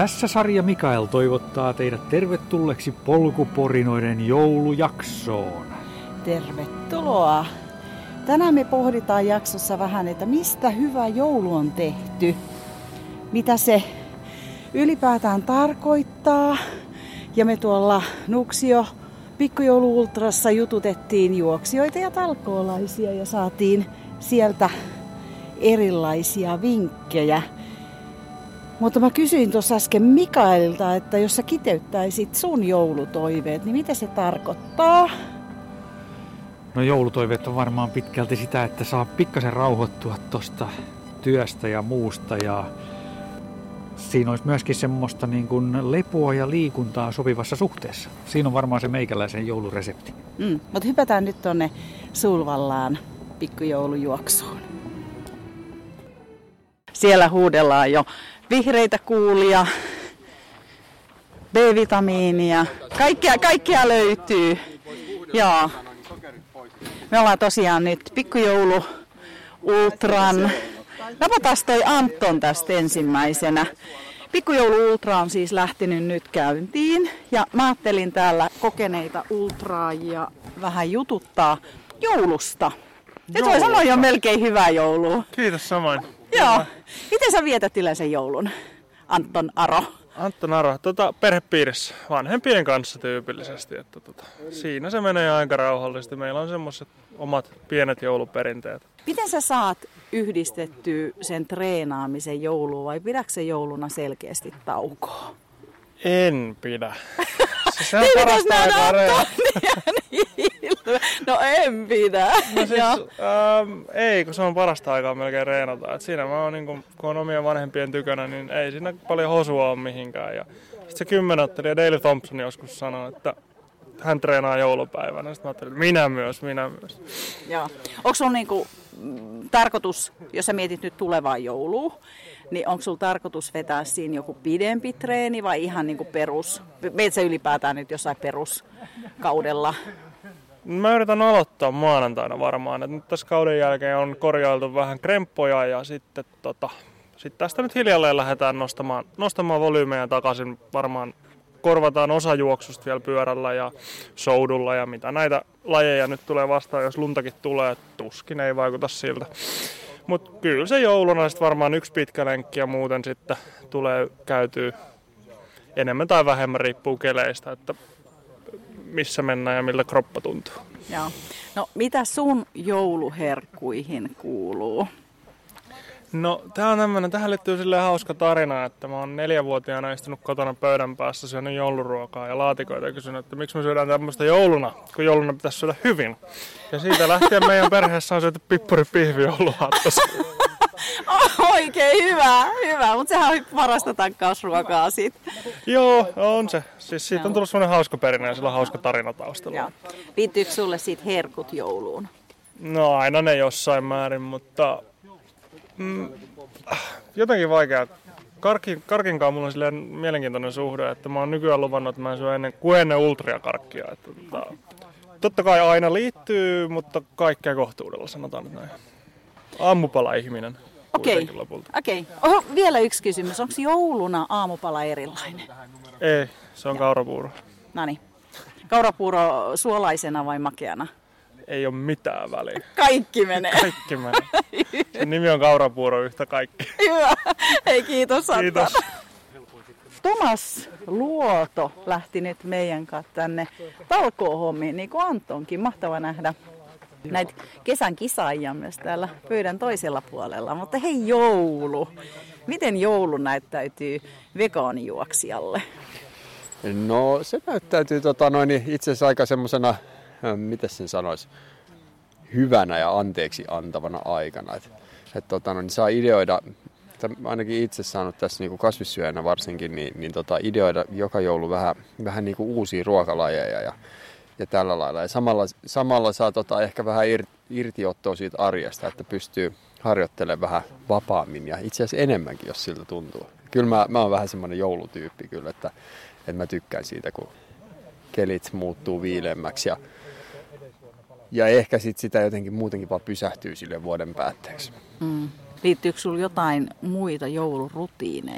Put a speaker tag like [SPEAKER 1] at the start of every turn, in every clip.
[SPEAKER 1] Tässä Sari Mikael toivottaa teidät tervetulleeksi Polkuporinoiden joulujaksoon.
[SPEAKER 2] Tervetuloa. Tänään me pohditaan jaksossa vähän, että mistä hyvä joulu on tehty. Mitä se ylipäätään tarkoittaa. Ja me tuolla Nuuksio Pikkujoulu-ultrassa jututettiin juoksijoita ja talkoolaisia ja saatiin sieltä erilaisia vinkkejä. Mutta mä kysyin tuossa äsken Mikaelilta, että jos sä kiteyttäisit sun joulutoiveet, niin mitä se tarkoittaa?
[SPEAKER 1] No joulutoiveet on varmaan pitkälti sitä, että saa pikkasen rauhoittua tuosta työstä ja muusta. Ja siinä olisi myöskin semmoista niin kuin lepoa ja liikuntaa sopivassa suhteessa. Siinä on varmaan se meikäläisen jouluresepti.
[SPEAKER 2] Mutta hypätään nyt tonne Sulvallaan pikkujoulujuoksuun. Siellä huudellaan jo vihreitä kuulia, B-vitamiinia, kaikkea löytyy. Joo. Me ollaan tosiaan nyt pikkujoulu ultran. Napataan toi Anton tästä ensimmäisenä. Pikkujoulu ultra on siis lähtenyt nyt käyntiin ja mä ajattelin täällä kokeneita ultraajia vähän jututtaa joulusta. Nyt voi sanoa jo melkein hyvää joulua.
[SPEAKER 3] Kiitos samoin.
[SPEAKER 2] Joo. Miten sä vietät yleensä joulun, Anton Aro?
[SPEAKER 3] Anton Aro, perhepiirissä vanhempien kanssa tyypillisesti. Että siinä se menee aika rauhallisesti. Meillä on semmoiset omat pienet jouluperinteet.
[SPEAKER 2] Miten sä saat yhdistettyä sen treenaamisen jouluun vai pidätkö se jouluna selkeästi taukoa?
[SPEAKER 3] En pidä. Se on parasta aikaa
[SPEAKER 2] No en pidä.
[SPEAKER 3] No siis, ei, kun se on parasta aikaa melkein reenata. Et siinä mä oon, niin kun on omien vanhempien tykönä, niin ei siinä paljon hosua ole mihinkään. Ja sit se 10-ottelija Daley Thompson joskus sanoi, että hän treenaa joulupäivänä. Sitten mä ajattelin, että minä myös.
[SPEAKER 2] Joo. Onko sun niinku tarkoitus, jos sä mietit nyt tulevaa joulua, niin onko sulla tarkoitus vetää siinä joku pidempi treeni vai ihan niinku perus? Meet sä ylipäätään nyt jossain peruskaudella?
[SPEAKER 3] Mä yritän aloittaa maanantaina varmaan. Et nyt tässä kauden jälkeen on korjailtu vähän kremppoja ja sitten tästä nyt hiljalleen lähdetään nostamaan volyymeja takaisin. Varmaan korvataan osa juoksusta vielä pyörällä ja soudulla ja mitä näitä lajeja nyt tulee vastaan, jos luntakin tulee, tuskin ei vaikuta siltä. Mutta kyllä se jouluna sitten varmaan yksi pitkä lenkki ja muuten sitten tulee käytyä enemmän tai vähemmän, riippuu keleistä, että missä mennään ja miltä kroppa tuntuu.
[SPEAKER 2] Joo. No mitä sun jouluherkkuihin kuuluu?
[SPEAKER 3] No tähän liittyy silleen hauska tarina, että mä oon 4-vuotiaana istunut kotona pöydän päässä syönyt jouluruokaa ja laatikoita ja kysynyt, että miksi me syödään tämmöistä jouluna, kun jouluna pitäisi syödä hyvin. Ja siitä lähtien meidän perheessä on syöty pippuri-pihvi-jouluaattossa.
[SPEAKER 2] Oikein hyvä, mutta sehän on parasta tankkausruokaa sit.
[SPEAKER 3] Joo, on se. Siis siitä on tullut semmoinen hauska perinne ja sillä on hauska tarina taustalla. Joo.
[SPEAKER 2] Liittyykö sulle siitä herkut jouluun?
[SPEAKER 3] No aina ne jossain määrin, mutta jotenkin vaikea. Karkinkaan mulla on silleen mielenkiintoinen suhde, että mä oon nykyään luvannut, että mä en syö ennen ultriakarkkia. Totta kai aina liittyy, mutta kaikkea kohtuudella, sanotaan nyt näin. Aamupala-ihminen.
[SPEAKER 2] Okei. Oho, vielä yksi kysymys. Onko jouluna aamupala erilainen?
[SPEAKER 3] Ei, se on kaurapuuro.
[SPEAKER 2] Noniin. Kaurapuuro suolaisena vai makeana?
[SPEAKER 3] Ei ole mitään väliä.
[SPEAKER 2] Kaikki menee.
[SPEAKER 3] Sen nimi on kaurapuuro yhtä kaikki.
[SPEAKER 2] Hyvä. Hei, kiitos Anton.
[SPEAKER 3] Kiitos.
[SPEAKER 2] Tomas Luoto lähti nyt meidän kanssa tänne talkoohommiin, niin kuin Antonkin. Mahtava nähdä näitä kesän kisaajia myös täällä pöydän toisella puolella. Mutta hei, joulu. Miten joulu näyttäytyy vegaanijuoksijalle?
[SPEAKER 4] No se näyttäytyy itse asiassa aika semmosena, miten sen sanoisi, hyvänä ja anteeksi antavana aikana. Niin saa ideoida, ainakin itse saanut tässä niin kasvissyöjänä varsinkin, niin ideoida joka joulu vähän niin kuin uusia ruokalajeja ja tällä lailla. Ja samalla saa ehkä vähän irtiottoa siitä arjesta, että pystyy harjoittelemaan vähän vapaammin ja itse asiassa enemmänkin, jos siltä tuntuu. Kyllä mä oon vähän semmoinen joulutyyppi kyllä, että mä tykkään siitä, kun kelit muuttuu viileämmäksi ja ehkä sitä jotenkin muutenkin vaan pysähtyy sille vuoden päätteeksi.
[SPEAKER 2] Liittyykö sinulla jotain muita joulurutiineja?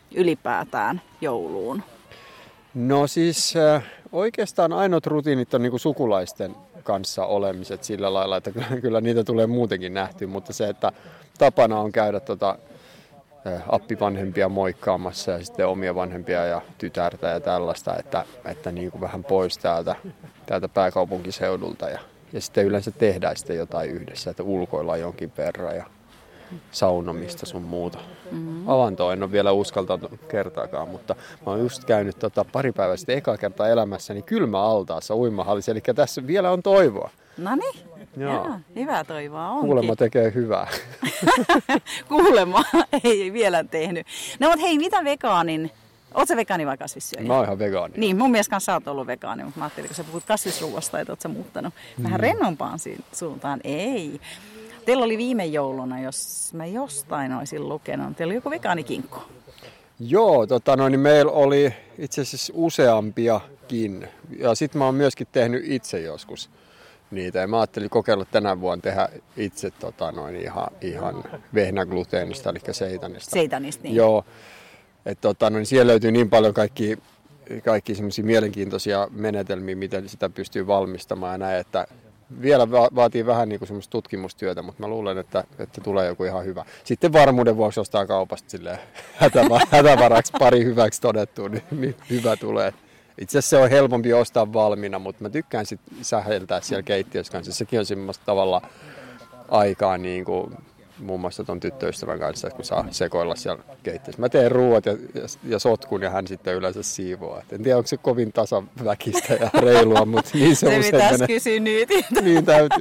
[SPEAKER 2] ylipäätään jouluun?
[SPEAKER 4] No siis oikeastaan ainoat rutiinit on niinku sukulaisten kanssa olemiset sillä lailla, että kyllä niitä tulee muutenkin nähtyä, mutta se, että tapana on käydä appivanhempia moikkaamassa ja sitten omia vanhempia ja tytärtä ja tällaista, että niin kuin vähän pois täältä pääkaupunkiseudulta ja sitten yleensä tehdään sitten jotain yhdessä, että ulkoillaan jonkin verran ja saunomista sun muuta. Avantoa en ole vielä uskaltanut kertaakaan, mutta mä oon just käynyt pari päivää sitten ekaa kertaa elämässäni kylmäaltaassa uimahallissa, eli tässä vielä on toivoa.
[SPEAKER 2] Noniin, hyvää toivoa onkin.
[SPEAKER 4] Kuulemma tekee hyvää.
[SPEAKER 2] Kuulemma, ei vielä tehnyt. No mutta hei, mitä vegaanin? Ootko sä vegaani vai kasvissyöjä?
[SPEAKER 4] Mä oon ihan vegaani.
[SPEAKER 2] Niin, mun mielestä kanssa sä oot ollut vegaani, mutta mä ajattelin, kun sä puhut kasvisruuasta, että oot sä muuttanut vähän rennompaan suuntaan. Ei. Teillä oli viime jouluna, jos mä jostain olisin lukenut, teillä oli joku vegaanikinkku.
[SPEAKER 4] Joo, niin meillä oli itse asiassa useampiakin. Ja sitten mä oon myöskin tehnyt itse joskus niitä. Ja mä ajattelin kokeilla tänä vuonna tehdä itse ihan vehnägluteenista, eli seitanista.
[SPEAKER 2] Seitanista, niin.
[SPEAKER 4] Joo. Niin siellä löytyy niin paljon kaikki semmoisia mielenkiintoisia menetelmiä, miten sitä pystyy valmistamaan ja näin, että vielä vaatii vähän niin kuin semmoista tutkimustyötä, mutta mä luulen, että tulee joku ihan hyvä. Sitten varmuuden vuoksi ostaa kaupasta silleen hätävaraksi pari hyväksi todettua, niin hyvä tulee. Itse asiassa se on helpompi ostaa valmiina, mutta mä tykkään sitten säheltää siellä keittiössä kanssa. Sekin on semmoista tavalla aikaa niin kuin muun muassa ton tyttöystävän kanssa, kun saa sekoilla siellä keittiössä. Mä teen ruuat ja sotkun ja hän sitten yleensä siivoaa. En tiedä, onko se kovin tasaväkistä ja reilua, mutta niin se usein menee. Se pitäisi
[SPEAKER 2] kysyä nyt.
[SPEAKER 4] Niin täytyy.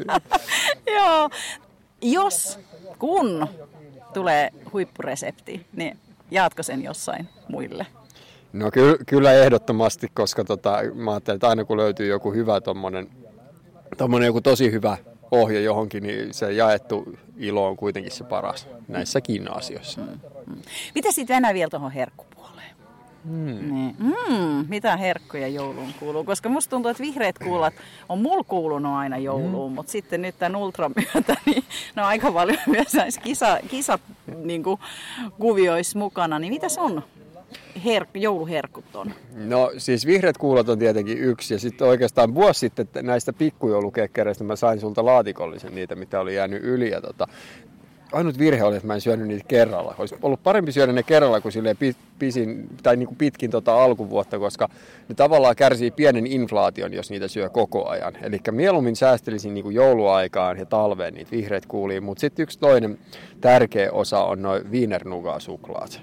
[SPEAKER 2] Joo. Kun tulee huippuresepti, niin jaatko sen jossain muille?
[SPEAKER 4] No kyllä ehdottomasti, koska mä ajattelin, että aina kun löytyy joku hyvä tommonen joku tosi hyvä ohje johonkin, niin se jaettu ilo on kuitenkin se paras näissäkin asioissa.
[SPEAKER 2] Miten sitten mennään vielä tuohon herkkupuoleen? Niin. Mitä herkkuja jouluun kuuluu? Koska musta tuntuu, että vihreät kuulat on mulla kuulunut aina jouluun, mutta sitten nyt tämän ultran myötä, niin ne on aika paljon myös näissä kisat niin kuvioissa mukana. Niin mitäs on? Jouluherkut on?
[SPEAKER 4] No siis vihreät kuulat on tietenkin yksi ja sitten oikeastaan vuosi sitten näistä pikkujoulukekkereistä mä sain sulta laatikollisen niitä, mitä oli jäänyt yli ja ainut virhe oli, että mä en syönyt niitä kerralla. Olisi ollut parempi syödä ne kerralla kuin silleen pitkin alkuvuotta, koska ne tavallaan kärsii pienen inflaation, jos niitä syö koko ajan. Eli mieluummin säästelisin niin kuin jouluaikaan ja talveen niitä vihreät kuulia, mutta sitten yksi toinen tärkeä osa on noin Wiener-Nougat-suklaat.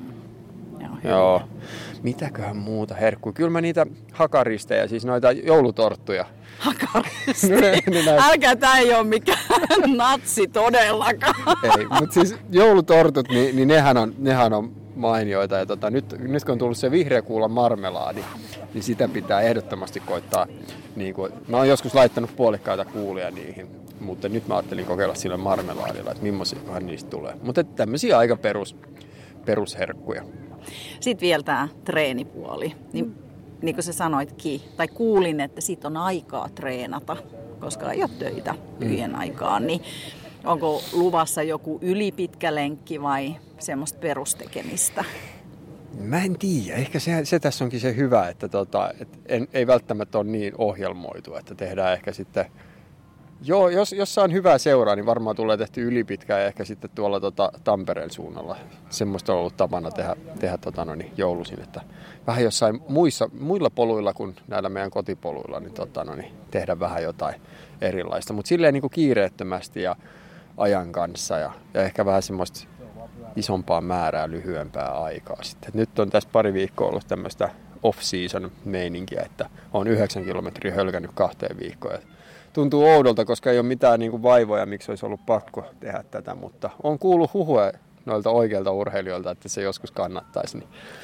[SPEAKER 4] Joo. Mitäköhän muuta herkkuu? Kyllä mä niitä hakaristeja, siis noita joulutorttuja.
[SPEAKER 2] Hakaristeja? Älkää, tää ei oo mikään natsi todellakaan.
[SPEAKER 4] Ei, mutta siis joulutortut, niin nehän on mainioita. Ja nyt kun on tullut se vihreä kuulan marmelaadi, niin sitä pitää ehdottomasti koittaa. Niin kuin, mä oon joskus laittanut puolikkaita kuulia niihin, mutta nyt mä ajattelin kokeilla sillä marmelaadilla, että millaisiahan niistä tulee. Mutta tämmöisiä aika perusherkkuja. Sitten
[SPEAKER 2] vielä tämä treenipuoli. Niin kuin sä sanoitkin, tai kuulin, että sit on aikaa treenata, koska ei ole töitä yhden aikaan. Niin onko luvassa joku ylipitkä lenkki vai semmoista perustekemistä?
[SPEAKER 4] Mä en tiedä. Ehkä se tässä onkin se hyvä, että ei välttämättä ole niin ohjelmoitu, että tehdään ehkä sitten. Joo, jos saan hyvää seuraa, niin varmaan tulee tehty ylipitkää ja ehkä sitten tuolla Tampereen suunnalla. Semmoista on ollut tapana tehdä joulusin, että vähän jossain muilla poluilla kuin näillä meidän kotipoluilla, niin tehdä vähän jotain erilaista. Mutta silleen niin kuin kiireettömästi ja ajan kanssa ja ehkä vähän semmoista isompaa määrää lyhyempää aikaa sitten. Et nyt on tässä pari viikkoa ollut tämmöistä off-season meininkiä, että on 9 kilometriä hölkännyt 2 viikkoon. Tuntuu oudolta, koska ei ole mitään niin kuin vaivoja, miksi olisi ollut pakko tehdä tätä, mutta on kuullut huhua noilta oikeilta urheilijoilta, että se joskus kannattaisi.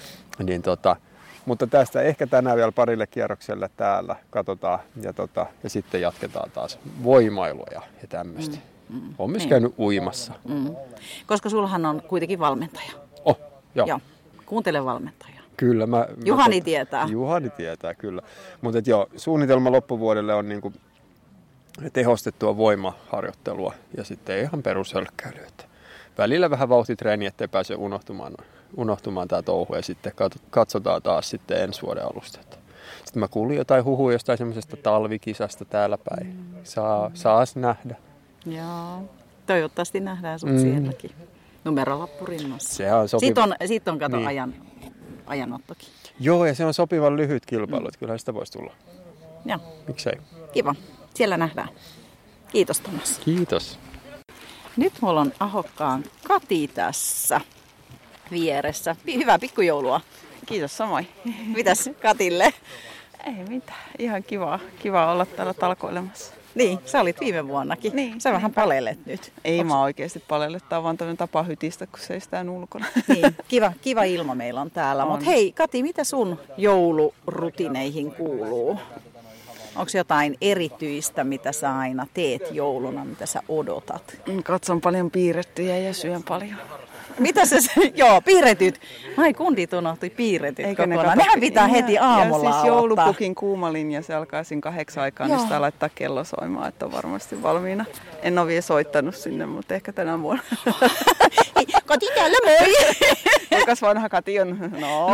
[SPEAKER 4] Mutta tästä ehkä tänään vielä parille kierrokselle täällä katsotaan ja sitten jatketaan taas voimailua ja tämmöistä. Olen myös käynyt uimassa.
[SPEAKER 2] Koska sullahan on kuitenkin valmentaja.
[SPEAKER 4] Joo.
[SPEAKER 2] Kuuntele valmentaja.
[SPEAKER 4] Kyllä.
[SPEAKER 2] Juhani tietää.
[SPEAKER 4] Juhani tietää, kyllä. Mutta suunnitelma loppuvuodelle on niinku tehostettua voimaharjoittelua ja sitten ihan perushölkkäilyä. Välillä vähän vauhtitreeniä, ettei pääse unohtumaan unohtumaan tää touhu ja sitten katsotaan taas sitten ensi vuoden alusta. Sitten mä kuulin jotain huhuja jostain semmoisesta talvikisasta täällä päin. Saas nähdä.
[SPEAKER 2] Joo. Toivottavasti nähdään sut sielläkin. Numerolappu rinnassa. Siitä on kato niin. Ajanottokin.
[SPEAKER 4] Joo, ja se on sopivan lyhyt kilpailu, että kyllähän sitä voisi tulla.
[SPEAKER 2] Joo.
[SPEAKER 4] Miksei?
[SPEAKER 2] Kiva. Siellä nähdään. Kiitos, Tomas.
[SPEAKER 4] Kiitos.
[SPEAKER 2] Nyt mulla on Ahokkaan Kati tässä vieressä. Hyvää pikkujoulua.
[SPEAKER 5] Kiitos samoin.
[SPEAKER 2] Mitäs Katille?
[SPEAKER 5] Ei mitään. Ihan kiva olla täällä talkoilemassa.
[SPEAKER 2] Niin, sä olit viime vuonnakin.
[SPEAKER 5] Niin.
[SPEAKER 2] Sä vähän palelet nyt.
[SPEAKER 5] Ei mä oikeasti palelle. Tää on vaan tämmöinen tapa hytistä, kun seistään ulkona.
[SPEAKER 2] Niin, kiva ilma meillä on täällä. Mutta hei Kati, mitä sun joulurutineihin kuuluu? Onko jotain erityistä, mitä sä aina teet jouluna, mitä sä odotat?
[SPEAKER 5] Katson paljon piirrettyjä ja syön paljon.
[SPEAKER 2] Mitä se? Joo, piirretyt. Ai kundit unohtui piirretyt kokonaan. Nehän pitää heti aamulla
[SPEAKER 5] ja siis joulupukin kuuma linja, se alkaa siinä 8 aikaan, niin sitä laittaa kello soimaan, että on varmasti valmiina. En ole vielä soittanut sinne, mutta ehkä tänä vuonna.
[SPEAKER 2] Kati täällä moi!
[SPEAKER 5] Kuinkas vanha Kati on? No.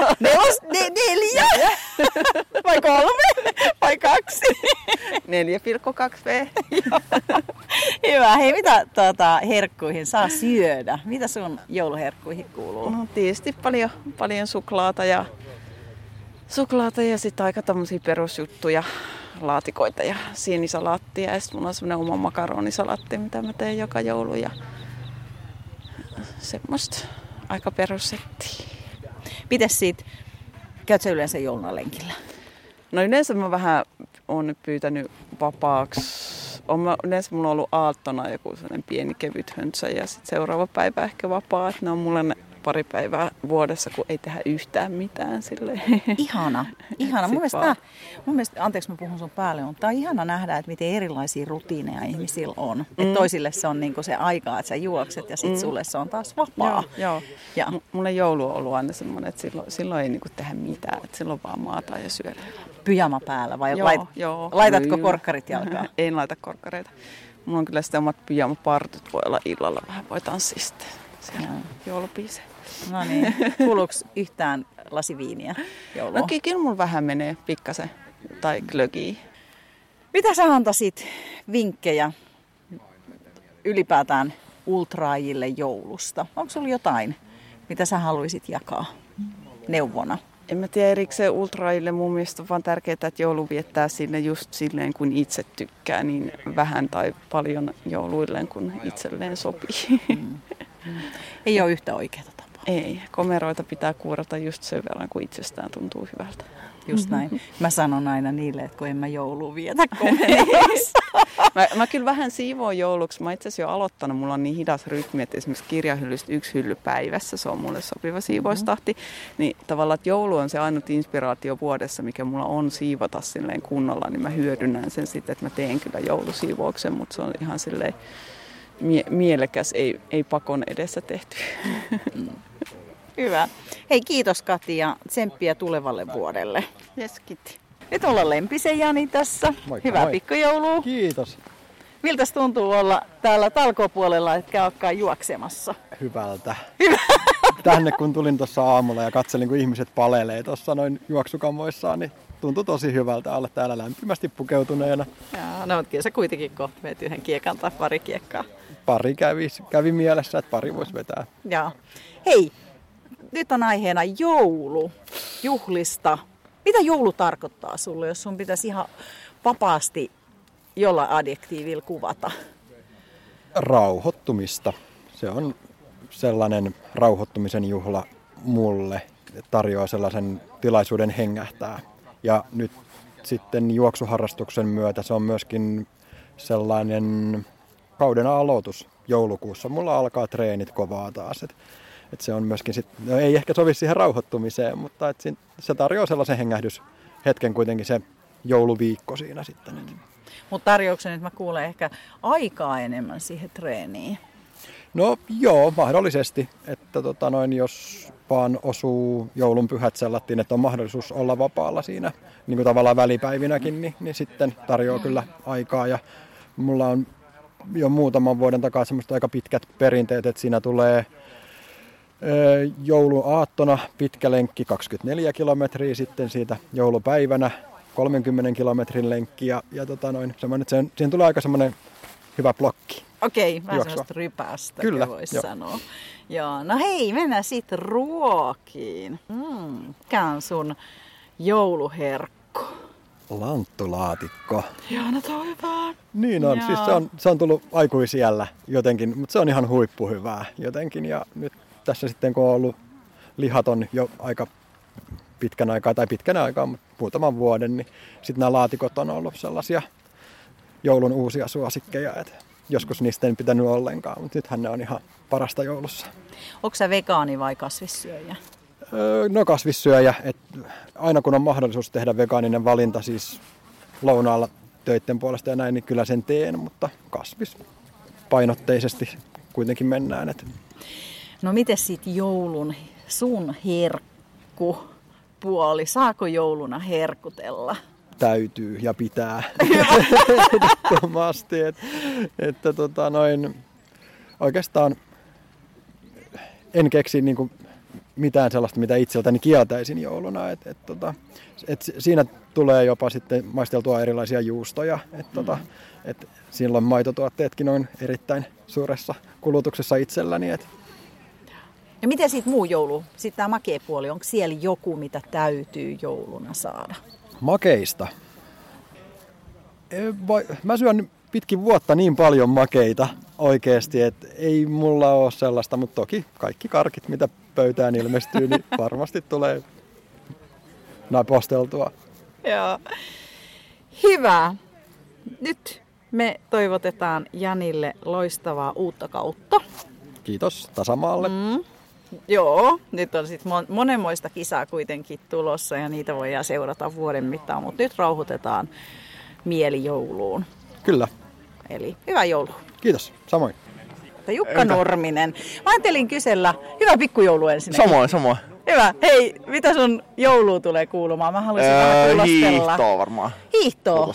[SPEAKER 2] 4. Vai 3? Vai 2?
[SPEAKER 5] 4,2V.
[SPEAKER 2] Hyvä. Hei, mitä herkkuihin saa syödä? Mitä sun jouluherkkuihin kuuluu?
[SPEAKER 5] No tietysti paljon suklaata ja sitten aika tommosia perusjuttuja, laatikoita ja siinisalaattia. Ja sitten mulla on semmonen oma makaronisalaatti, mitä mä teen joka joulu ja semmoista aika perussettiä.
[SPEAKER 2] Mites siitä? Käytkö yleensä jouluna lenkillä?
[SPEAKER 5] No yleensä mä vähän oon nyt pyytänyt vapaaksi. Yleensä mulla on ollut aattona joku sellainen pieni kevyt höntsä ja sitten seuraava päivä ehkä vapaa. Ne on mulle ne pari päivää vuodessa, kun ei tehdä yhtään mitään silleen.
[SPEAKER 2] Ihana. Mun mielestä, anteeksi mä puhun sun päälle, mutta on ihana nähdä, että miten erilaisia rutiineja ihmisillä on. Että toisille se on niinku se aika, että sä juokset ja sitten sulle se on taas vapaa.
[SPEAKER 5] Joo. Ja mulle joulu on ollut aina semmoinen, että silloin ei niinku tehdä mitään, että silloin vaan maataan ja syödään.
[SPEAKER 2] Pyjama päällä vai
[SPEAKER 5] joo.
[SPEAKER 2] Laitatko korkkarit jalkaan?
[SPEAKER 5] En laita korkkareita. Mulla on kyllä sitten omat pyjamapartut, voi olla illalla vähän, voi tanssia sitten joulubiisejä.
[SPEAKER 2] No niin, kuuluuko yhtään lasiviiniä joulua?
[SPEAKER 5] No kyllä mulla vähän menee pikkasen tai glögiä.
[SPEAKER 2] Mitä sä antaisit vinkkejä ylipäätään ultraajille joulusta? Onko sulla jotain, mitä sä haluaisit jakaa neuvona?
[SPEAKER 5] En mä tiedä erikseen ultraajille. Mun mielestä on vaan tärkeää, että joulu viettää sinne just silleen, kun itse tykkää, niin vähän tai paljon jouluilleen, kun itselleen sopii.
[SPEAKER 2] Ei ole yhtä oikeaa tapaa.
[SPEAKER 5] Ei. Komeroita pitää kuurata just sen verran, kun itsestään tuntuu hyvältä.
[SPEAKER 2] Just näin. Mä sanon aina niille, että kun en mä joulua vietä komeroissa.
[SPEAKER 5] mä kyllä vähän siivoon jouluksi. Mä itse asiassa jo aloittanut. Mulla on niin hidas rytmi, että esimerkiksi kirjahyllystä 1 hylly päivässä. Se on mulle sopiva siivoistahti. Niin tavallaan, että joulu on se ainut inspiraatio vuodessa, mikä mulla on siivota silleen kunnolla. Niin mä hyödynnän sen sitten, että mä teen kyllä joulusiivouksen, mutta se on ihan silleen mielekäs, ei pakon edessä tehty.
[SPEAKER 2] Hyvä. Hei, kiitos Kati ja tsemppiä tulevalle vuodelle.
[SPEAKER 5] Jes, kiitti.
[SPEAKER 2] Nyt ollaan Lempisen Jani tässä.
[SPEAKER 6] Moikka,
[SPEAKER 2] Hyvää
[SPEAKER 6] moi.
[SPEAKER 2] pikkujoulua.
[SPEAKER 6] Kiitos.
[SPEAKER 2] Miltäs tuntuu olla täällä talkoopuolella, etkä olekaan juoksemassa?
[SPEAKER 6] Hyvältä. Tänne kun tulin tuossa aamulla ja katselin, kun ihmiset palelee tuossa noin juoksukamoissaan, niin tuntui tosi hyvältä olla täällä lämpimästi pukeutuneena.
[SPEAKER 2] Jaa, no mutta kyllä sä kuitenkin kohta veet yhden kiekan tai pari kiekkaa.
[SPEAKER 6] Pari kävi mielessä, että pari voisi vetää.
[SPEAKER 2] Jaa. Hei, nyt on aiheena joulu, juhlista. Mitä joulu tarkoittaa sulle, jos sun pitäisi ihan vapaasti jollain adjektiivilla kuvata?
[SPEAKER 6] Rauhoittumista. Se on sellainen rauhoittumisen juhla mulle, tarjoaa sellaisen tilaisuuden hengähtää. Ja nyt sitten juoksuharrastuksen myötä se on myöskin sellainen kauden aloitus joulukuussa. Mulla alkaa treenit kovaa taas. Et se on myöskin no ei ehkä sovi siihen rauhoittumiseen, mutta se tarjoaa sellaisen hengähdyshetken kuitenkin se jouluviikko siinä sitten.
[SPEAKER 2] Mutta tarjouksen nyt mä kuulen ehkä aikaa enemmän siihen treeniin.
[SPEAKER 6] No joo, mahdollisesti. Että jos vaan osuu joulun pyhät sellattiin, että on mahdollisuus olla vapaalla siinä niin kuin tavallaan välipäivinäkin, niin sitten tarjoaa kyllä aikaa. Ja mulla on jo muutaman vuoden takaa semmoista aika pitkät perinteet, että siinä tulee Jouluaattona pitkä lenkki 24 kilometriä, sitten siitä joulupäivänä 30 kilometrin lenkki ja semmoinen, että siihen tulee aika semmoinen hyvä blokki.
[SPEAKER 2] Okei, vähän semmoista rypästä, voisi sanoa. Joo, no hei, mennään sitten ruokiin. Mikä on sun jouluherkku?
[SPEAKER 6] Lanttulaatikko.
[SPEAKER 2] Joo, no toi hyvä.
[SPEAKER 6] Niin on, siis se on tullut aikuisiällä jotenkin, mutta se on ihan huippuhyvää jotenkin. Ja nyt tässä sitten kun on ollut lihaton jo aika pitkän aikaa, mutta muutaman vuoden, niin sitten nämä laatikot on ollut sellaisia joulun uusia suosikkeja, että joskus niistä en pitänyt ollenkaan, mutta nythän ne on ihan parasta joulussa.
[SPEAKER 2] Onko sä vegaani vai kasvissyöjä?
[SPEAKER 6] No kasvissyöjä, että aina kun on mahdollisuus tehdä vegaaninen valinta, siis lounaalla töiden puolesta ja näin, niin kyllä sen teen, mutta kasvispainotteisesti kuitenkin mennään.
[SPEAKER 2] No miten sitten joulun sun herkkupuoli? Saako jouluna herkutella?
[SPEAKER 6] Täytyy ja pitää ehdottomasti, että oikeastaan en keksi niinku mitään sellaista, mitä itseltäni kieltäisin jouluna. Siinä tulee jopa sitten maisteltua erilaisia juustoja. Silloin maitotuotteetkin on erittäin suuressa kulutuksessa itselläni.
[SPEAKER 2] Ja miten sitten muu joulu? Sitten tämä makea puoli, onko siellä joku, mitä täytyy jouluna saada?
[SPEAKER 6] Makeista. Mä syön pitkin vuotta niin paljon makeita oikeasti, että ei mulla ole sellaista, mutta toki kaikki karkit, mitä pöytään ilmestyy, niin varmasti tulee naposteltua.
[SPEAKER 2] Joo. Hyvä. Nyt me toivotetaan Janille loistavaa uutta kautta.
[SPEAKER 6] Kiitos tasamaalle.
[SPEAKER 2] Joo, nyt on sitten monenmoista kisaa kuitenkin tulossa ja niitä voidaan seurata vuoden mittaan, mutta nyt rauhoitetaan mieli jouluun.
[SPEAKER 6] Kyllä.
[SPEAKER 2] Eli hyvää joulua.
[SPEAKER 6] Kiitos, samoin.
[SPEAKER 2] Jukka Nurminen. Mä ajattelin kysellä, hyvää pikkujoulu ensinnäkin.
[SPEAKER 7] Samoin.
[SPEAKER 2] Hyvä. Hei, mitä sun jouluun tulee kuulumaan? Mä haluaisin vähän kuulostella.
[SPEAKER 7] Hiihtoa varmaan.
[SPEAKER 2] Hiihtoa?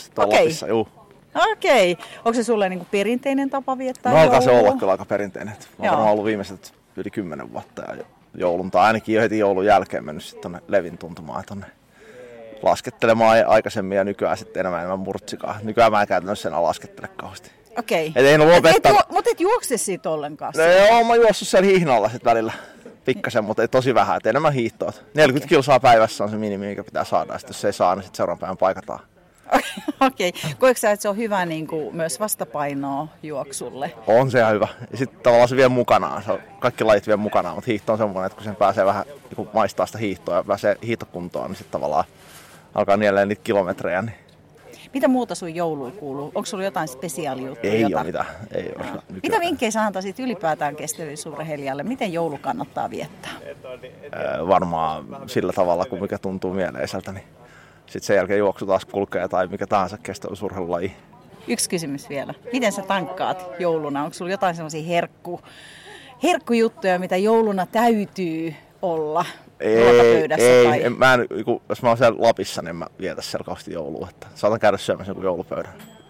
[SPEAKER 2] Okei. Onko se sulle niinku perinteinen tapa viettää joulua?
[SPEAKER 7] Alkaa se olla kyllä aika perinteinen. Mä oon varmaan ollut viimeiset yli 10 vuotta ja joulun tai ainakin jo heti joulun jälkeen mennyt sitten tonne Levin tuntumaan tonne laskettelemaan aikaisemmin ja nykyään sitten enemmän murtsikaa. Nykyään mä en käytännössä enää laskettele kauheasti.
[SPEAKER 2] Okei. Mutta et juokse siitä ollenkaan?
[SPEAKER 7] No joo, mä juossut siellä hihnalla sitten välillä pikkasen, mutta ei tosi vähän, et enemmän hiihtoa. 40 kilsaa päivässä on se minimi, mikä pitää saada, ja jos se ei saa, niin sitten seuraavan päivän paikataan.
[SPEAKER 2] Okei. Koetko sä, että se on hyvä niin kuin myös vastapainoa juoksulle?
[SPEAKER 7] On se ihan hyvä. Ja sitten tavallaan se vie mukanaan. Se on, kaikki lajit vie mukanaan, mutta hiihto on semmoinen, että kun sen pääsee vähän niin maistaa sitä hiihtoa ja pääsee hiihtokuntoon, niin sitten tavallaan alkaa nieleen niitä kilometrejä. Niin...
[SPEAKER 2] Mitä muuta sun jouluun kuuluu? Onko sulla jotain spesiaalijuttuja?
[SPEAKER 7] Ei ole mitään. Ei ole.
[SPEAKER 2] Mitä vinkkejä sä antaisit ylipäätään kestävyysurheilijalle? Miten joulu kannattaa viettää?
[SPEAKER 7] Varmaan sillä tavalla, kun mikä tuntuu mieleiseltä. Niin sitten sen jälkeen juoksu taas kulkee tai mikä tahansa kestävyysurheilulaji.
[SPEAKER 2] Yksi kysymys vielä. Miten sä tankkaat jouluna? Onko sulla jotain semmoisia herkkujuttuja, mitä jouluna täytyy olla?
[SPEAKER 7] Ei. Jos mä oon siellä Lapissa, niin en mä vietä siellä kauheasti joulua. Että saatan käydä syömässä jonkun joulupöydän.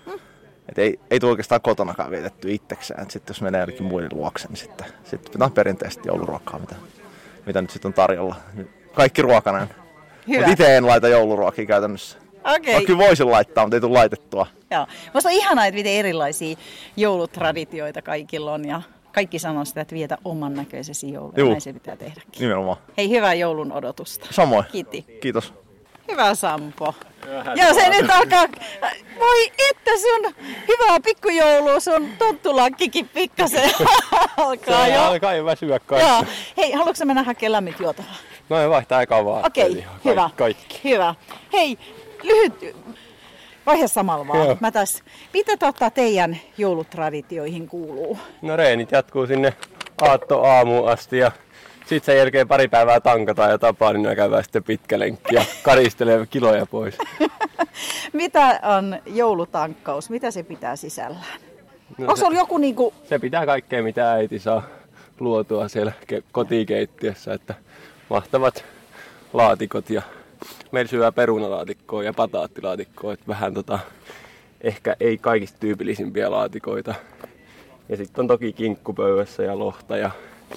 [SPEAKER 7] Et ei tule oikeastaan kotonakaan vietetty itsekseen. Sitten jos menee jonnekin muille luokse, niin sitten pitää perinteisesti jouluruokaa, mitä nyt sitten on tarjolla. Kaikki ruokainen. Mutta itse en laita jouluruokia käytännössä.
[SPEAKER 2] Okei.
[SPEAKER 7] Mä kyllä voisin laittaa, mutta ei tule laitettua.
[SPEAKER 2] Joo. Musta on ihanaa, että miten erilaisia joulutraditioita kaikilla on. Ja kaikki sanoo sitä, että vietä oman näköisesi joulun. Näin se pitää tehdäkin.
[SPEAKER 7] Nimenomaan.
[SPEAKER 2] Hei, hyvää joulun odotusta.
[SPEAKER 7] Samoin.
[SPEAKER 2] Kiitos. Hyvä Sampo. Joo, se nyt alkaa. Voi että sun hyvää pikkujoulua, sun tonttulakkikin pikkasen alkaa jo.
[SPEAKER 8] Alkaa jo väsyä kaikki. Joo.
[SPEAKER 2] Hei, haluatko mennä hakemaan lämmit juotavaa?
[SPEAKER 8] No ei vaihtaa aikaa vaan.
[SPEAKER 2] Okei, hyvä.
[SPEAKER 8] Kaikki.
[SPEAKER 2] Hyvä. Hei, lyhyt vaihe samalla vaan. Mitä teidän joulutraditioihin kuuluu?
[SPEAKER 8] No reenit jatkuu sinne aattoaamuun asti ja sitten sen jälkeen pari päivää tankataan ja Tapanina käydään sitten pitkä lenkki ja karistelee kiloja pois.
[SPEAKER 2] Mitä on joulutankkaus? Mitä se pitää sisällään? No onko sulla joku niinku...
[SPEAKER 8] Se pitää kaikkea, mitä äiti saa luotua siellä kotikeittiössä, että mahtavat laatikot ja meillä syövää perunalaatikkoa ja pataattilaatikkoa, että vähän ehkä ei kaikista tyypillisimpiä laatikoita. Ja sitten on toki kinkkupöydässä ja lohta ja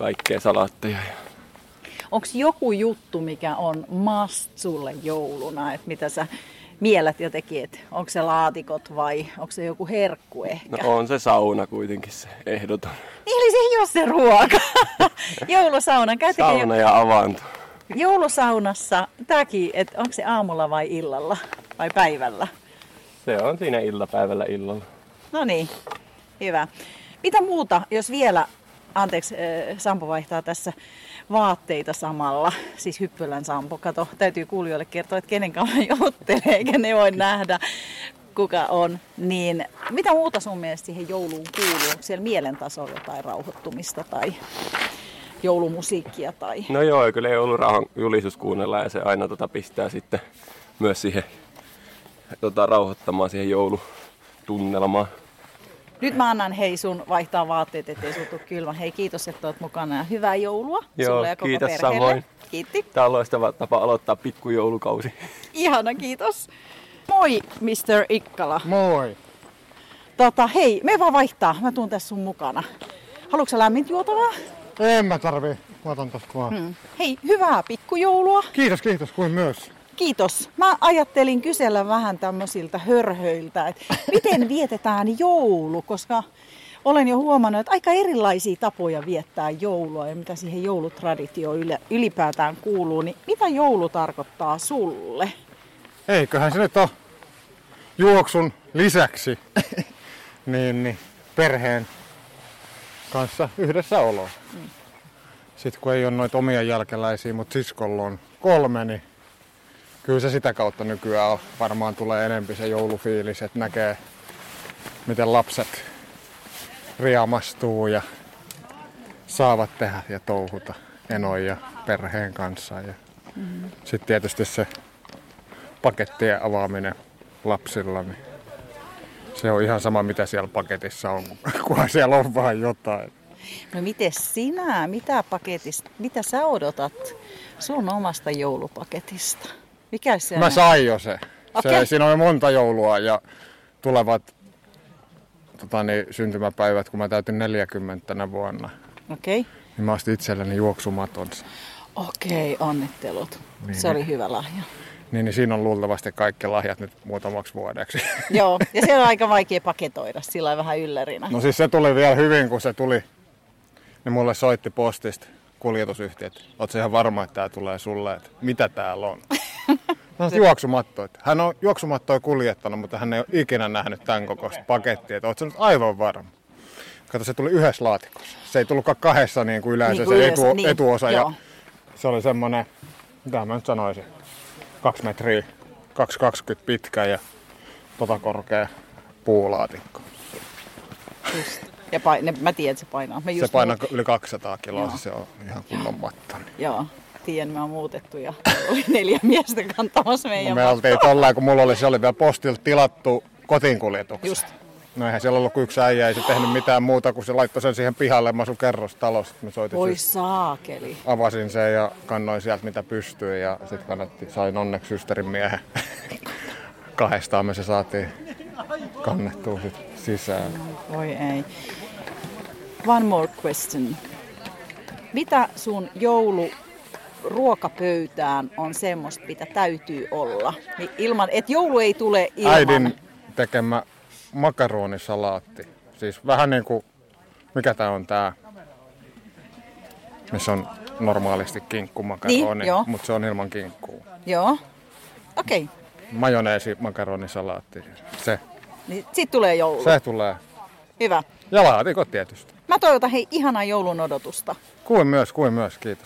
[SPEAKER 8] kaikkea salaatteja.
[SPEAKER 2] Onko joku juttu, mikä on must sulle jouluna, että mitä sä mielät jotenkin, että onko se laatikot vai onko se joku herkku ehkä?
[SPEAKER 8] No on se sauna kuitenkin se ehdoton.
[SPEAKER 2] Niin, eli se ei ole se ruoka. Joulusauna.
[SPEAKER 8] Sauna ja avanto.
[SPEAKER 2] Joulusaunassa tämäkin, että onko se aamulla vai illalla vai päivällä?
[SPEAKER 8] Se on siinä iltapäivällä illalla.
[SPEAKER 2] No niin, hyvä. Mitä muuta, jos vielä, anteeksi, Sampo vaihtaa tässä vaatteita samalla, siis Hyppylän Sampo, kato, täytyy kuulijoille kertoa, että kenen kanssa juttelee, eikä ne voi nähdä, kuka on. Niin mitä muuta sun mielestä siihen jouluun kuuluu? Onko siellä mielen tasolla jotain rauhoittumista tai joulumusiikkia? Tai...
[SPEAKER 8] No joo, kyllä joulurauhan julistus kuunnellaan ja se aina pistää sitten myös siihen rauhoittamaan siihen joulutunnelmaan.
[SPEAKER 2] Nyt mä annan sun vaihtaa vaatteet, ettei sun tule kylmä. Hei, kiitos, että oot mukana ja hyvää joulua sulle ja koko
[SPEAKER 8] kiitos
[SPEAKER 2] perheelle.
[SPEAKER 8] Samoin.
[SPEAKER 2] Kiitti.
[SPEAKER 8] Tää on loistava tapa aloittaa pikkujoulukausi.
[SPEAKER 2] Ihana, kiitos. Moi, Mr. Ikkala.
[SPEAKER 9] Moi.
[SPEAKER 2] Hei, me vaan vaihtaa. Mä tuun tässä sun mukana. Haluatko sä lämmintä juotavaa?
[SPEAKER 9] En mä tarvii. Mä otan tosta vaan.
[SPEAKER 2] Hei, hyvää pikkujoulua.
[SPEAKER 9] Kiitos, kuin myös.
[SPEAKER 2] Kiitos. Mä ajattelin kysellä vähän tämmöisiltä hörhöiltä, että miten vietetään joulu, koska olen jo huomannut, että aika erilaisia tapoja viettää joulua ja mitä siihen joulutraditioon ylipäätään kuuluu. Niin mitä joulu tarkoittaa sulle?
[SPEAKER 9] Eiköhän se nyt ole juoksun lisäksi niin perheen kanssa yhdessä olo. Sitten kun ei ole noita omia jälkeläisiä, mutta siskolla on 3, niin kyllä se sitä kautta nykyään varmaan tulee enempi se joulufiilis, että näkee miten lapset riamastuu ja saavat tehdä ja touhuta enon ja perheen kanssa. Ja sitten tietysti se pakettien avaaminen lapsilla, niin se on ihan sama mitä siellä paketissa on, kunhan siellä on vaan jotain.
[SPEAKER 2] No mites sinä? Mitä sä odotat sun omasta joulupaketista? Mikä se
[SPEAKER 9] Mä sain jo se.
[SPEAKER 2] Okay.
[SPEAKER 9] Siinä on jo monta joulua ja tulevat syntymäpäivät, kun mä täytin 40 vuonna.
[SPEAKER 2] Okei.
[SPEAKER 9] Niin mä ostin itselleni juoksumaton.
[SPEAKER 2] Okei, onnittelut.
[SPEAKER 9] Niin,
[SPEAKER 2] se oli hyvä lahja.
[SPEAKER 9] Niin siinä on luultavasti kaikki lahjat nyt muutamaksi vuodeksi.
[SPEAKER 2] Joo, ja se on aika vaikea paketoida, sillä vähän yllärinä.
[SPEAKER 9] No siis se tuli vielä hyvin, kun se tuli. Niin mulle soitti postista kuljetusyhtiöt. Ootko ihan varma, että tää tulee sulle, että mitä täällä on? No, juoksumatto. Hän on juoksumattoja kuljettanut, mutta hän ei ole ikinä nähnyt tämän kokoista pakettia. Ootko nyt aivan varma? Kato, se tuli yhdessä laatikossa. Se ei tullutkaan 2 niin kuin yleensä se etuosa. Ja se oli semmonen, mitä mä nyt sanoisin, 2 metriä, 2,20 pitkä ja korkea puulaatikko.
[SPEAKER 2] Just. Ja mä tiedän, että se painaa.
[SPEAKER 9] Se painaa yli 200 kiloa, se on ihan kunnon matto.
[SPEAKER 2] Joo, tiedän, me on muutettu ja oli 4 miestä kantamassa meidän
[SPEAKER 9] me oltiin tollain, kun mulla se oli vielä postilta tilattu kotiinkuljetukseen.
[SPEAKER 2] Just.
[SPEAKER 9] No eihän siellä ollut yksi äijä, ei se tehnyt mitään muuta, kun se laittoi sen siihen pihalle, mä asun kerrostalossa.
[SPEAKER 2] Voi saakeli.
[SPEAKER 9] Avasin sen ja kannoin sieltä mitä pystyy ja sitten sain onneksi systerin miehen. 2 me se saatiin kannettua sit sisään.
[SPEAKER 2] Voi ei. One more question. Mitä sun jouluruokapöytään on semmoista, mitä täytyy olla? Ilman, että joulu ei tule ilman.
[SPEAKER 9] Äidin tekemä makaronisalaatti. Siis vähän niin kuin, mikä tää on tää, missä on normaalisti kinkkumakaroni,
[SPEAKER 2] niin,
[SPEAKER 9] mutta se on ilman kinkkua.
[SPEAKER 2] Joo, okei. Okay.
[SPEAKER 9] Majoneesi makaronisalaatti, se.
[SPEAKER 2] Niin sit tulee joulu.
[SPEAKER 9] Se tulee.
[SPEAKER 2] Hyvä.
[SPEAKER 9] Ja laatikot tietysti.
[SPEAKER 2] Mä toivotan ihanaa joulun odotusta.
[SPEAKER 9] Kuin myös, kiitos.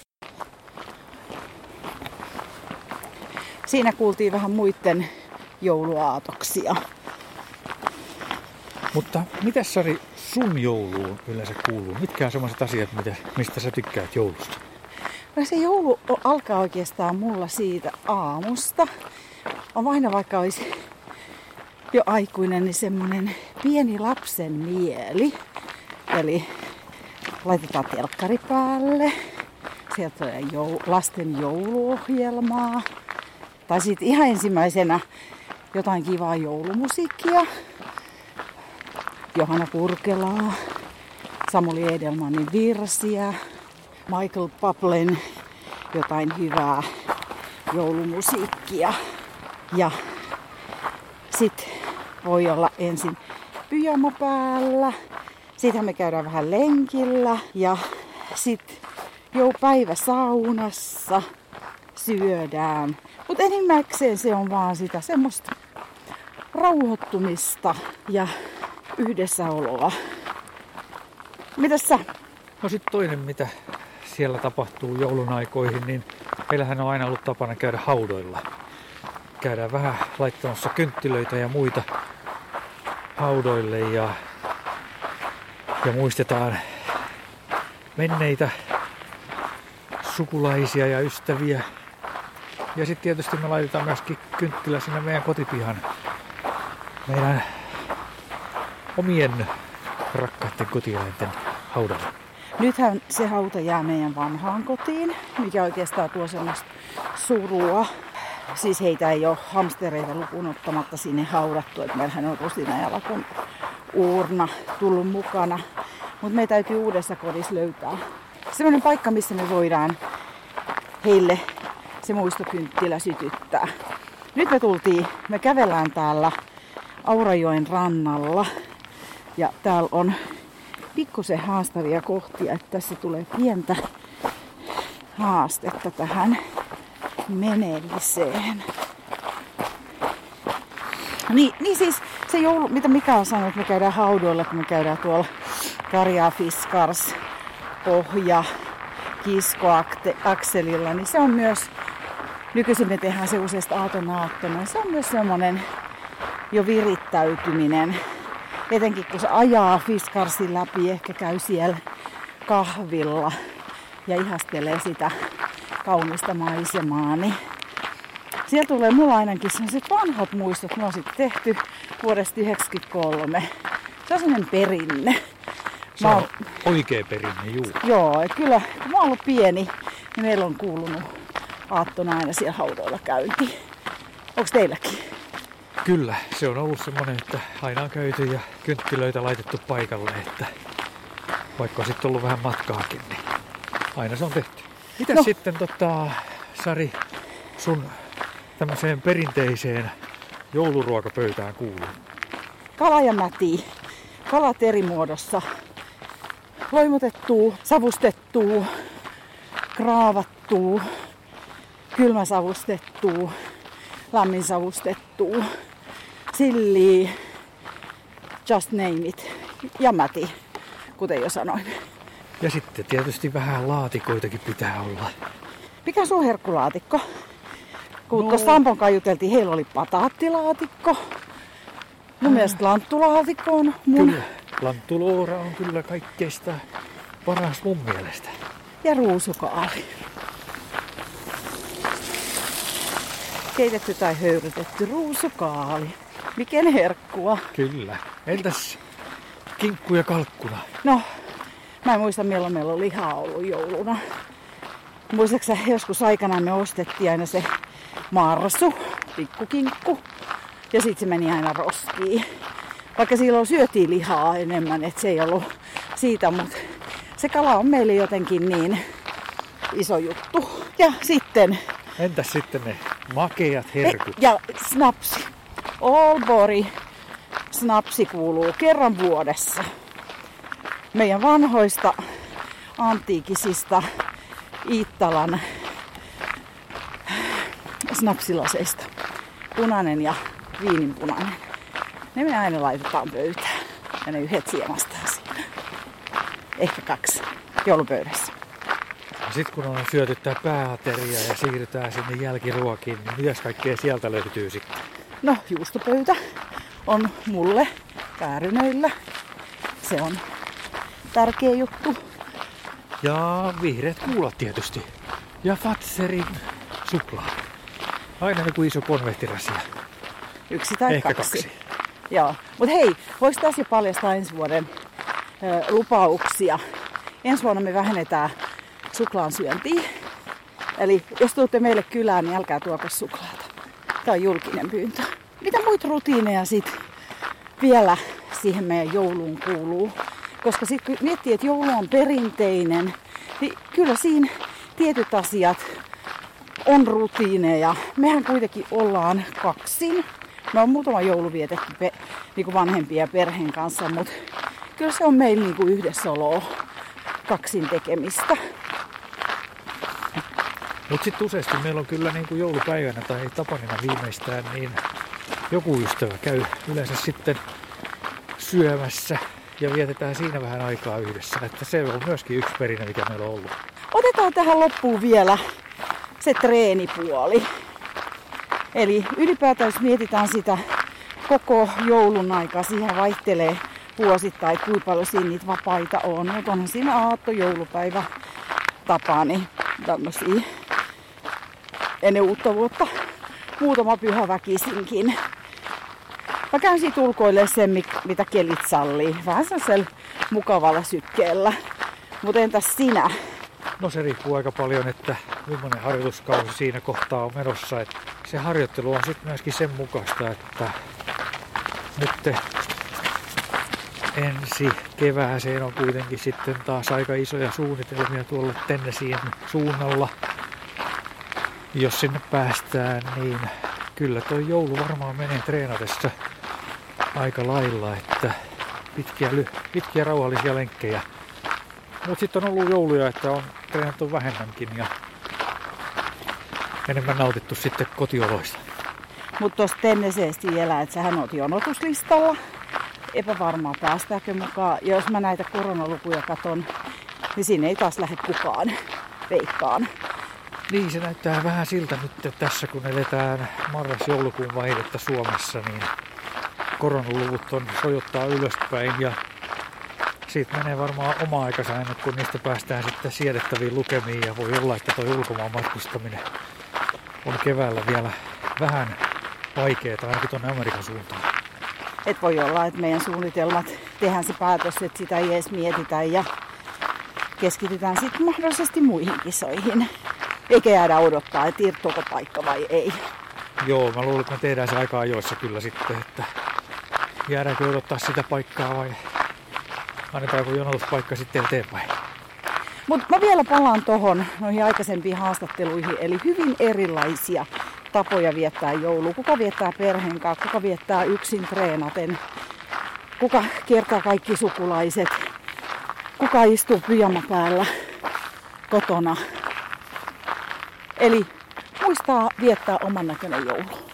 [SPEAKER 2] Siinä kuultiin vähän muiden jouluaatoksia.
[SPEAKER 1] Mutta mitä Sari sun jouluun yleensä kuuluu? Mitkä on sellaiset asiat, mistä sä tykkäät joulusta?
[SPEAKER 2] No se joulu alkaa oikeastaan mulla siitä aamusta. On aina vaikka olisi jo aikuinen, niin semmoinen pieni lapsen mieli. Eli laitetaan telkkari päälle. Sieltä tulee lasten jouluohjelmaa. Tai sitten ihan ensimmäisenä jotain kivaa joulumusiikkia. Johanna Kurkelaa, Samuli Edelmanin virsiä. Michael Bublen jotain hyvää joulumusiikkia. Ja sit voi olla ensin pyjama päällä. Sitten me käydään vähän lenkillä ja sit päivä saunassa syödään. Mutta enimmäkseen se on vaan sitä semmoista rauhoittumista ja yhdessäoloa. Mitäs sä?
[SPEAKER 1] No sitten toinen, mitä siellä tapahtuu joulun aikoihin, niin meillähän on aina ollut tapana käydä haudoilla. Käydään vähän laittamassa kynttilöitä ja muita haudoille ja muistetaan menneitä sukulaisia ja ystäviä. Ja sitten tietysti me laitetaan myöskin kynttilä sinne meidän kotipihan meidän omien rakkaiden kotieläinten haudalle.
[SPEAKER 2] Nythän se hauta jää meidän vanhaan kotiin, mikä oikeastaan tuo sellaista surua. Siis heitä ei ole hamstereita lukuun ottamatta sinne haudattu, että meillähän on Rusina ja Lakon uurna tullut mukana. Mutta me täytyy uudessa kodissa löytää semmoinen paikka, missä me voidaan heille se muistokynttilä sytyttää. Nyt me kävellään täällä Aurajoen rannalla ja täällä on pikkusen haastavia kohtia, että tässä tulee pientä haastetta tähän menemiseen. Niin siis se joulu, mitä Mika on sanonut, että me käydään haudoilla, kun me käydään tuolla Karjaa Fiskars, Pohja, Kiskoakselilla, niin se on myös, nykyisin me tehdään se useasti aattona, se on myös semmoinen jo virittäytyminen. Etenkin kun se ajaa Fiskarsin läpi, ehkä käy siellä kahvilla ja ihastelee sitä kaunista maisemaa, niin siellä tulee mulla ainakin sellaiset vanhat muistot. Me on sitten tehty vuodesta 1993. Se on sellainen perinne.
[SPEAKER 1] Se on oikea perinne, juu.
[SPEAKER 2] Joo, että kyllä kun mä oon ollut pieni, niin meillä on kuulunut aattona aina siellä haudoilla käynti. Onko teilläkin?
[SPEAKER 1] Kyllä, se on ollut semmoinen, että aina on käyty ja kynttilöitä laitettu paikalle, että vaikka on sitten ollut vähän matkaakin, niin aina se on tehty. Mitäs sitten Sari, sun tämmöiseen perinteiseen jouluruokapöytään kuuluu?
[SPEAKER 2] Kala ja mäti. Kalat eri muodossa. Loimotettua, savustettua, kraavattua, kylmäsavustettua, lämminsavustettua, silliä, just name it. Ja mäti, kuten jo sanoin.
[SPEAKER 1] Ja sitten tietysti vähän laatikoitakin pitää olla.
[SPEAKER 2] Mikä on sun herkkulaatikko? Kun tuossa Tampon kanssa juteltiin, heillä oli pataattilaatikko. Mun mielestä lanttulaatikko on mun.
[SPEAKER 1] Kyllä, lanttuloora on kyllä kaikkeista paras mun mielestä.
[SPEAKER 2] Ja ruusukaali. Keitetty tai höyrytetty ruusukaali. Miken herkkua.
[SPEAKER 1] Kyllä. Entäs kinkku ja kalkkuna?
[SPEAKER 2] No, mä en muista milloin meillä on lihaa ollut jouluna. Muistaaksä joskus aikanaan me ostettiin aina se marsu, pikkukinkku. Ja sit se meni aina roskiin. Vaikka silloin syötiin lihaa enemmän, että se ei ollut siitä, mutta se kala on meille jotenkin niin iso juttu. Ja sitten...
[SPEAKER 1] Entäs sitten ne makeat herkut?
[SPEAKER 2] Ja snapsi. All body snapsi kuuluu kerran vuodessa. Meidän vanhoista antiikisista Iittalan snapsilaseista. Punainen ja viininpunainen. Ne me aina laitetaan pöytään. Ja ne yhdet siemastaa siinä. Ehkä 2 joulupöydässä.
[SPEAKER 1] Sitten kun on syöty tää pääateria ja siirrytään sinne jälkiruokiin, niin mitäs kaikkea sieltä löytyy sitten?
[SPEAKER 2] No, juustopöytä on mulle Väärynöillä. Se on tärkeä juttu.
[SPEAKER 1] Ja vihreät kuulat tietysti. Ja Fatserin suklaa. Aina joku iso konvehtirasia.
[SPEAKER 2] 1 tai
[SPEAKER 1] ehkä
[SPEAKER 2] 2. Joo. Mut hei, voiko tässä jo paljastaa ensi vuoden lupauksia? Ensi vuonna me vähennetään suklaan syöntiä. Eli jos tuutte meille kylään, niin älkää tuoko suklaata. Tämä on julkinen pyyntö. Mitä muita rutiineja sit vielä siihen meidän jouluun kuuluu? Koska sitten kun miettii, että joulu on perinteinen, niin kyllä siinä tietyt asiat on rutiineja. Mehän kuitenkin ollaan kaksin. Me on muutama joulu vietetty niin vanhempia perheen kanssa, mutta kyllä se on meillä niin yhdessäoloa kaksin tekemistä.
[SPEAKER 1] Mutta sitten useasti meillä on kyllä niin joulupäivänä tai tapanina viimeistään, niin joku ystävä käy yleensä sitten syömässä ja vietetään siinä vähän aikaa yhdessä. Että se on myöskin yksi perinne, mikä meillä on ollut.
[SPEAKER 2] Otetaan tähän loppuun vielä se treenipuoli. Eli ylipäätään jos mietitään sitä koko joulun aikaa, siihen vaihtelee vuosittain, kuinka paljon siinä niitä vapaita on. Mutta onhan siinä aatto, joulupäivä, tapaani, tämmöisiä ennen uutta vuotta. Muutama pyhä väkisinkin. Mä käyn siitä ulkoilemaan sen, mitä kelit sallii. Vähän sellaisella mukavalla sykkeellä. Mutta entäs sinä?
[SPEAKER 1] No se riippuu aika paljon, että millainen harjoituskausi siinä kohtaa on menossa. Et se harjoittelu on sitten myöskin sen mukaista, että nyt ensi kevääseen on kuitenkin sitten taas aika isoja suunnitelmia tuolla Tennesseein suunnalla. Jos sinne päästään, niin kyllä tuo joulu varmaan menee treenatessa aika lailla, että pitkiä rauhallisia lenkkejä. Mutta sitten on ollut jouluja, että on treenattu vähemmänkin ja enemmän nautittu sitten kotioloista.
[SPEAKER 2] Mutta tuosta Tennesseestä vielä, että sähän oot jonotuslistalla. Epävarmaa päästääkö mukaan. Ja jos mä näitä koronalukuja katon, niin siinä ei taas lähde kukaan veikkaan.
[SPEAKER 1] Niin, se näyttää vähän siltä nyt tässä, kun eletään marras-joulukuun vaihdetta Suomessa, niin koronaluvut sojottaa ylöspäin ja siitä menee varmaan oma aikansa ennen kuin niistä päästään sitten siedettäviin lukemiin ja voi olla, että tuo ulkomaan matkustaminen on keväällä vielä vähän vaikeaa ainakin tuonne Amerikan suuntaan.
[SPEAKER 2] Et voi olla, että meidän suunnitelmat tehdään se päätös, että sitä ei edes mietitä ja keskitytään sitten mahdollisesti muihin kisoihin. Eikä jäädä odottaa, että irtoako paikka vai ei.
[SPEAKER 1] Joo, mä luulen, että me tehdään se aika ajoissa kyllä sitten, että jäädäänkö odottaa sitä paikkaa vai annetaanko jonotuspaikka sitten eteenpäin.
[SPEAKER 2] Mutta mä vielä palaan noihin aikaisempiin haastatteluihin, eli hyvin erilaisia tapoja viettää joulua. Kuka viettää perheen kanssa, kuka viettää yksin treenaten, kuka kiertää kaikki sukulaiset, kuka istuu pyjama päällä kotona. Eli muistaa viettää oman näköinen joulu.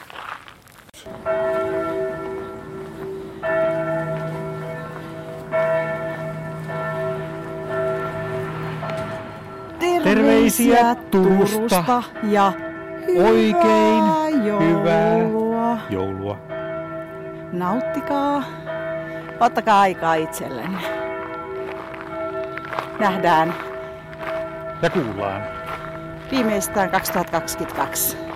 [SPEAKER 1] Terveisiä Turusta
[SPEAKER 2] ja
[SPEAKER 1] oikein
[SPEAKER 2] hyvää
[SPEAKER 1] joulua.
[SPEAKER 2] Nauttikaa. Ottakaa aikaa itsellenne. Nähdään.
[SPEAKER 1] Ja kuullaan.
[SPEAKER 2] Viimeistään 2022.